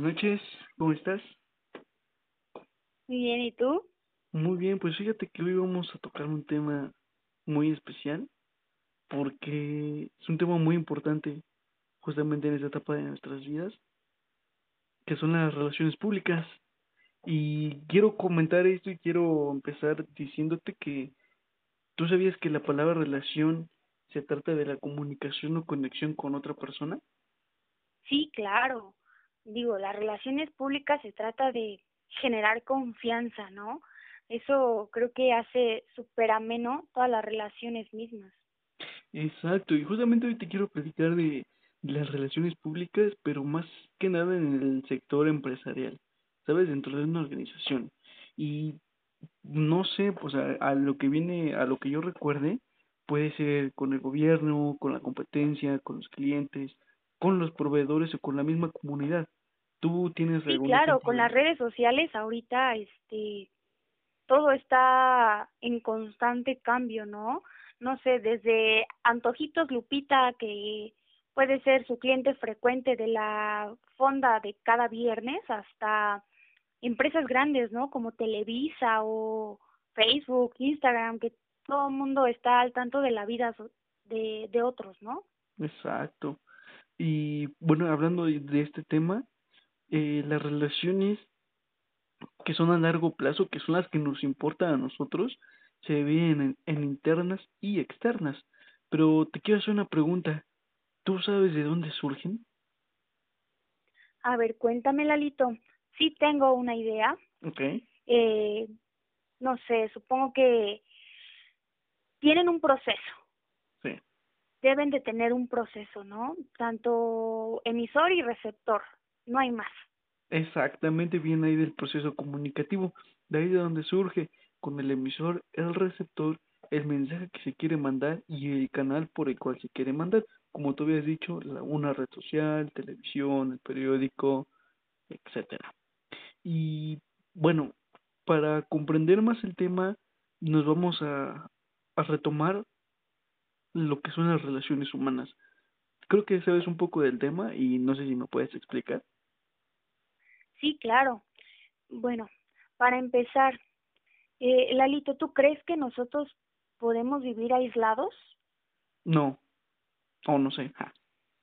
noches, ¿cómo estás? Muy bien, ¿y tú? Muy bien, pues fíjate que hoy vamos a tocar un tema muy especial porque es un tema muy importante justamente en esta etapa de nuestras vidas, que son las relaciones públicas. Y quiero comentar esto y quiero empezar diciéndote que tú sabías que la palabra relación se trata de la comunicación o conexión con otra persona. Sí, claro. Digo, las relaciones públicas se trata de generar confianza, ¿no? Eso creo que hace súper ameno todas las relaciones mismas. Exacto, y justamente hoy te quiero platicar de las relaciones públicas, pero más que nada en el sector empresarial, ¿sabes? Dentro de una organización. Y no sé, pues a lo que viene, a lo que yo recuerde, puede ser con el gobierno, con la competencia, con los clientes, con los proveedores o con la misma comunidad. ¿Tú tienes Sí, algún claro, ejemplo con de las eso? redes sociales ahorita, todo está en constante cambio, ¿no? No sé, desde Antojitos Lupita, que puede ser su cliente frecuente de la fonda de cada viernes, hasta empresas grandes, ¿no? Como Televisa o Facebook, Instagram, que todo el mundo está al tanto de la vida de otros, ¿no? Exacto. Y bueno, hablando de este tema, las relaciones que son a largo plazo, que son las que nos importan a nosotros, se dividen en internas y externas. Pero te quiero hacer una pregunta. ¿Tú sabes de dónde surgen? A ver, cuéntame, Lalito. Sí tengo una idea. Ok, Eh, no sé, supongo que tienen un proceso. sí. Deben de tener un proceso, ¿no? Tanto emisor y receptor. No hay más. Exactamente, viene ahí del proceso comunicativo. De ahí de donde surge con el emisor, el receptor, el mensaje que se quiere mandar y el canal por el cual se quiere mandar. Como tú habías dicho, una red social, televisión, el periódico, etcétera. Y bueno, para comprender más el tema, nos vamos a retomar lo que son las relaciones humanas. Creo que sabes un poco del tema y no sé si me puedes explicar. Sí, claro. Bueno, para empezar, Lalito, ¿tú crees que nosotros podemos vivir aislados? No, o no sé. Ja.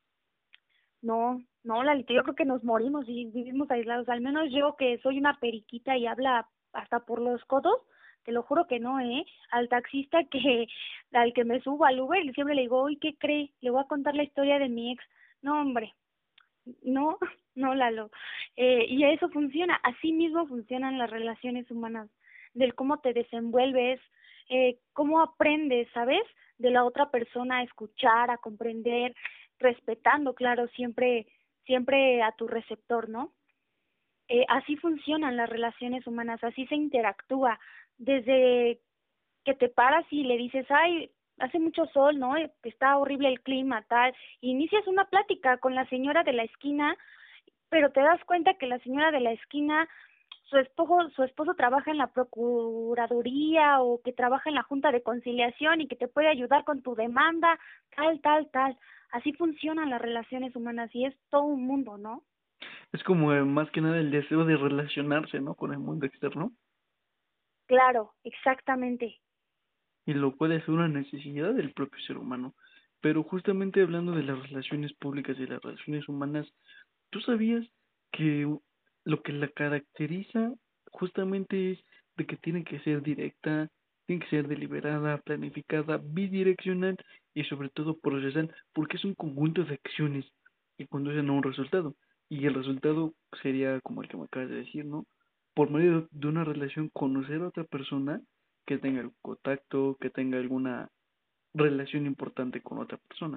No, no, Lalito, yo creo que nos morimos y vivimos aislados. Al menos yo que soy una periquita y habla hasta por los codos, te lo juro que no, ¿eh? Al taxista al que me subo al Uber, siempre le digo, oye, ¿qué cree? Le voy a contar la historia de mi ex. No, hombre, no, no, Lalo. Y eso funciona, así mismo funcionan las relaciones humanas, del cómo te desenvuelves, cómo aprendes, ¿sabes? De la otra persona a escuchar, a comprender, respetando, claro, siempre a tu receptor, ¿no? Así funcionan las relaciones humanas, así se interactúa, desde que te paras y le dices, ay, hace mucho sol, ¿no? Está horrible el clima, tal. Inicias una plática con la señora de la esquina, pero te das cuenta que la señora de la esquina, su esposo trabaja en la procuraduría o que trabaja en la junta de conciliación y que te puede ayudar con tu demanda, tal, tal, tal. Así funcionan las relaciones humanas y es todo un mundo, ¿no? Es como más que nada el deseo de relacionarse, ¿no? Con el mundo externo, Claro, exactamente. y lo cual es una necesidad del propio ser humano. Pero justamente hablando de las relaciones públicas y las relaciones humanas, ¿tú sabías que lo que la caracteriza justamente es de que tiene que ser directa, tiene que ser deliberada, planificada, bidireccional y sobre todo procesal, porque es un conjunto de acciones que conducen a un resultado? Y el resultado sería como el que me acabas de decir, ¿no? Por medio de una relación, conocer a otra persona que tenga el contacto, que tenga alguna relación importante con otra persona.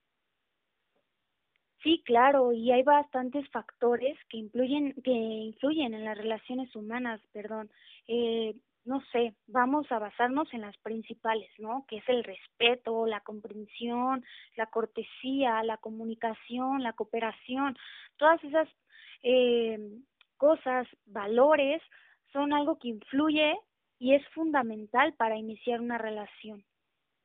Sí, claro, y hay bastantes factores que influyen en las relaciones humanas, perdón. No sé, vamos a basarnos en las principales, ¿no? Que es el respeto, la comprensión, la cortesía, la comunicación, la cooperación. Todas esas eh, cosas, valores, son algo que influye y es fundamental para iniciar una relación.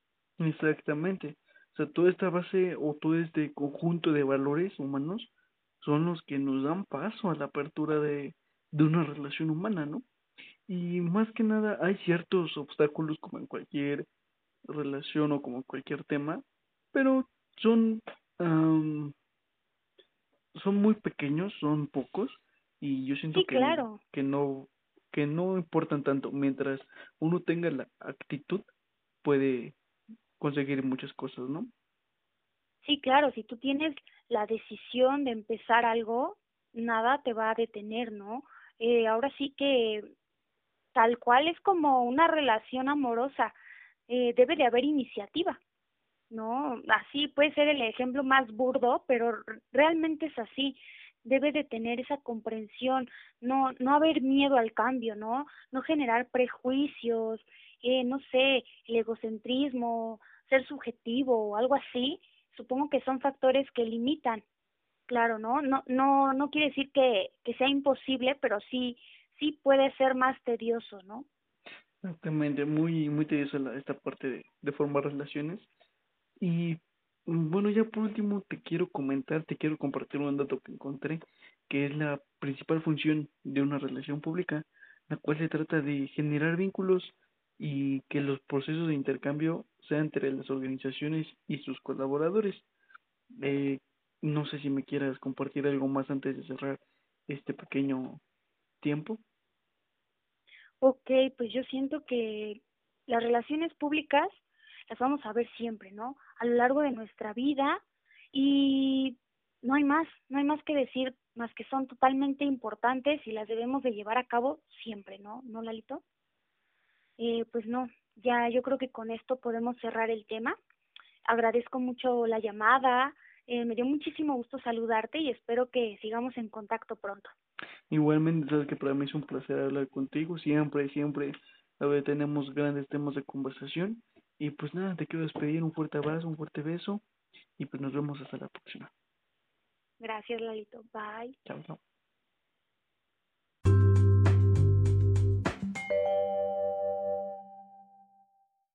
Exactamente. O sea, toda esta base o todo este conjunto de valores humanos son los que nos dan paso a la apertura de una relación humana, ¿no? Y más que nada hay ciertos obstáculos como en cualquier relación o como en cualquier tema, pero son, am, son muy pequeños, son pocos, y yo siento Sí, claro. que no importan tanto. Mientras uno tenga la actitud, puede conseguir muchas cosas, ¿no? Sí, claro, si tú tienes la decisión de empezar algo, nada te va a detener, ¿no? Ahora sí que tal cual es como una relación amorosa, debe de haber iniciativa, ¿no? Así puede ser el ejemplo más burdo, pero realmente es así. Debe de tener esa comprensión, no haber miedo al cambio, ¿no? No generar prejuicios, no sé, el egocentrismo, ser subjetivo o algo así. Supongo que son factores que limitan, claro, ¿no? No quiere decir que sea imposible, pero sí puede ser más tedioso, ¿no? Exactamente, muy tediosa esta parte de formar relaciones. Y bueno, ya por último te quiero compartir un dato que encontré, que es la principal función de una relación pública, la cual se trata de generar vínculos y que los procesos de intercambio sean entre las organizaciones y sus colaboradores. Eh, no sé si me quieras compartir algo más antes de cerrar este pequeño tiempo. Ok, pues yo siento que las relaciones públicas las vamos a ver siempre, ¿no? A lo largo de nuestra vida y no hay más que decir, más que son totalmente importantes y las debemos de llevar a cabo siempre, ¿no? ¿No, Lalito? Pues no, ya yo creo que con esto podemos cerrar el tema. Agradezco mucho la llamada, me dio muchísimo gusto saludarte y espero que sigamos en contacto pronto. Igualmente, sabes que para mí es un placer hablar contigo. Siempre, a ver, tenemos grandes temas de conversación. Y pues nada, te quiero despedir. Un fuerte abrazo, un fuerte beso. Y pues nos vemos hasta la próxima. Gracias, Lalito. Bye. Chao, chao.